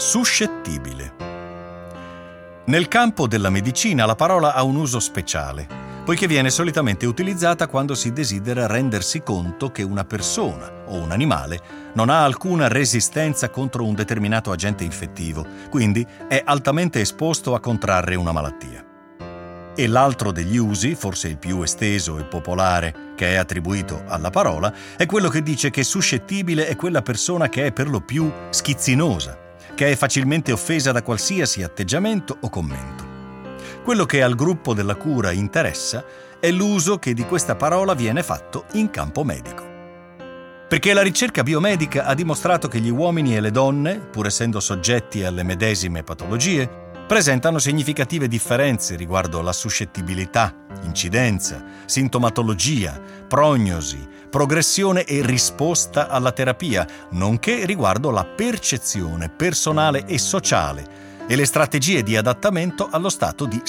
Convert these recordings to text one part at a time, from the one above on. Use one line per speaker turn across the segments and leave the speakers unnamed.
Suscettibile. Nel campo della medicina la parola ha un uso speciale, poiché viene solitamente utilizzata quando si desidera rendersi conto che una persona o un animale non ha alcuna resistenza contro un determinato agente infettivo, quindi è altamente esposto a contrarre una malattia. E l'altro degli usi, forse il più esteso e popolare che è attribuito alla parola, è quello che dice che suscettibile è quella persona che è per lo più schizzinosa, che è facilmente offesa da qualsiasi atteggiamento o commento. Quello che al gruppo della cura interessa è l'uso che di questa parola viene fatto in campo medico. Perché la ricerca biomedica ha dimostrato che gli uomini e le donne, pur essendo soggetti alle medesime patologie, presentano significative differenze riguardo la suscettibilità, incidenza, sintomatologia, prognosi, progressione e risposta alla terapia, nonché riguardo la percezione personale e sociale e le strategie di adattamento allo stato di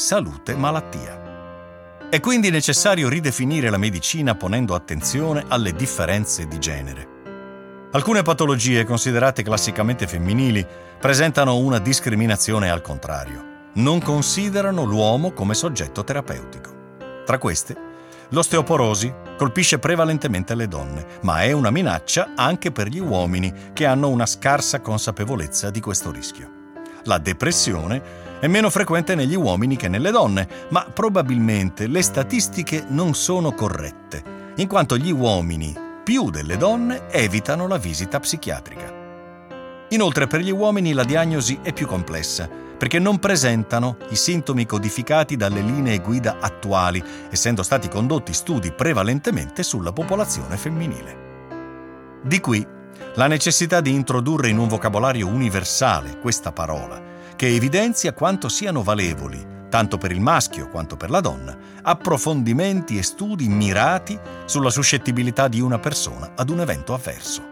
salute-malattia. È quindi necessario ridefinire la medicina ponendo attenzione alle differenze di genere. Alcune patologie considerate classicamente femminili presentano una discriminazione al contrario. Non considerano l'uomo come soggetto terapeutico. Tra queste, l'osteoporosi colpisce prevalentemente le donne, ma è una minaccia anche per gli uomini che hanno una scarsa consapevolezza di questo rischio. La depressione è meno frequente negli uomini che nelle donne, ma probabilmente le statistiche non sono corrette, in quanto gli uomini più delle donne evitano la visita psichiatrica. Inoltre per gli uomini la diagnosi è più complessa, perché non presentano i sintomi codificati dalle linee guida attuali, essendo stati condotti studi prevalentemente sulla popolazione femminile. Di qui la necessità di introdurre in un vocabolario universale questa parola, che evidenzia quanto siano valevoli, tanto per il maschio quanto per la donna, approfondimenti e studi mirati sulla suscettibilità di una persona ad un evento avverso.